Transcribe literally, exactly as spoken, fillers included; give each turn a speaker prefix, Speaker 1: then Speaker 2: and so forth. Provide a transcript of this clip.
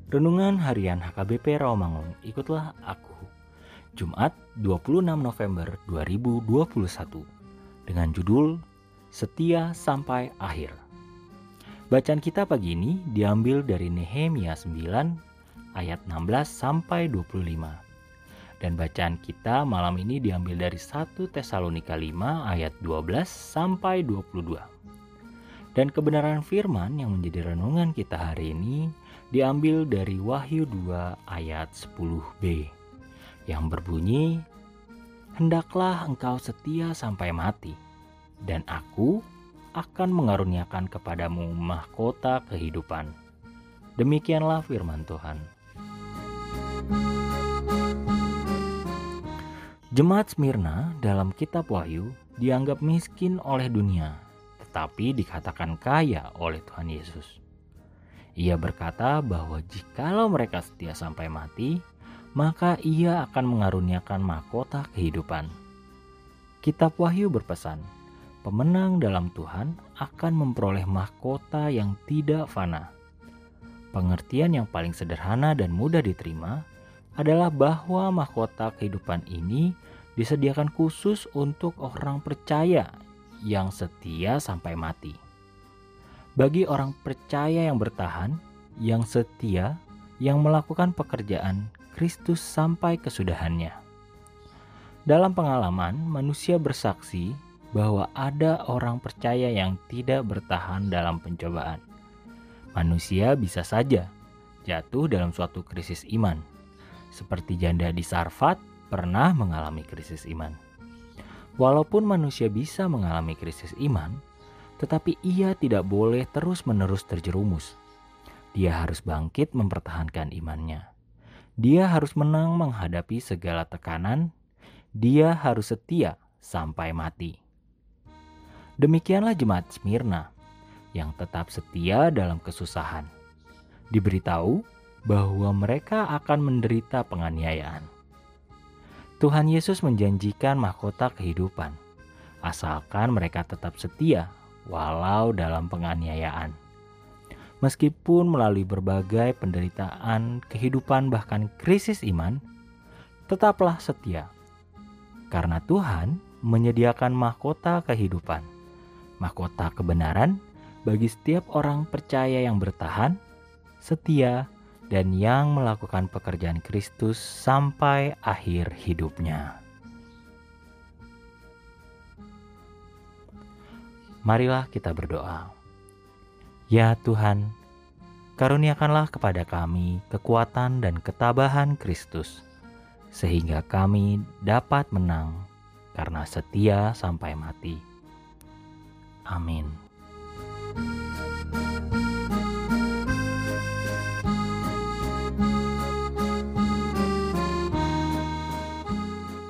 Speaker 1: Renungan Harian H K B P Rawamangun, ikutlah aku. Jumat dua puluh enam November dua ribu dua puluh satu dengan judul Setia Sampai Akhir. Bacaan kita pagi ini diambil dari Nehemia sembilan ayat enam belas sampai dua puluh lima. Dan bacaan kita malam ini diambil dari satu Tesalonika lima ayat dua belas sampai dua puluh dua. Dan kebenaran firman yang menjadi renungan kita hari ini diambil dari Wahyu dua ayat sepuluh b yang berbunyi, "Hendaklah engkau setia sampai mati, dan aku akan mengaruniakan kepadamu mahkota kehidupan." Demikianlah firman Tuhan. Jemaat Smyrna dalam kitab Wahyu dianggap miskin oleh dunia, tetapi dikatakan kaya oleh Tuhan Yesus. Ia berkata bahwa jikalau mereka setia sampai mati, maka ia akan mengaruniakan mahkota kehidupan. Kitab Wahyu berpesan, pemenang dalam Tuhan akan memperoleh mahkota yang tidak fana. Pengertian yang paling sederhana dan mudah diterima adalah bahwa mahkota kehidupan ini disediakan khusus untuk orang percaya yang setia sampai mati. Bagi orang percaya yang bertahan, yang setia, yang melakukan pekerjaan Kristus sampai kesudahannya. Dalam pengalaman, manusia bersaksi bahwa ada orang percaya yang tidak bertahan dalam pencobaan. Manusia bisa saja jatuh dalam suatu krisis iman, seperti janda di Sarfat pernah mengalami krisis iman. Walaupun manusia bisa mengalami krisis iman, tetapi ia tidak boleh terus-menerus terjerumus. Dia harus bangkit mempertahankan imannya. Dia harus menang menghadapi segala tekanan. Dia harus setia sampai mati. Demikianlah jemaat Smyrna yang tetap setia dalam kesusahan. Diberitahu bahwa mereka akan menderita penganiayaan. Tuhan Yesus menjanjikan mahkota kehidupan, asalkan mereka tetap setia walau dalam penganiayaan. Meskipun melalui berbagai penderitaan kehidupan bahkan krisis iman, tetaplah setia. Karena Tuhan menyediakan mahkota kehidupan, mahkota kebenaran bagi setiap orang percaya yang bertahan, setia, dan yang melakukan pekerjaan Kristus sampai akhir hidupnya. Marilah kita berdoa. Ya Tuhan, karuniakanlah kepada kami kekuatan dan ketabahan Kristus, sehingga kami dapat menang karena setia sampai mati. Amin.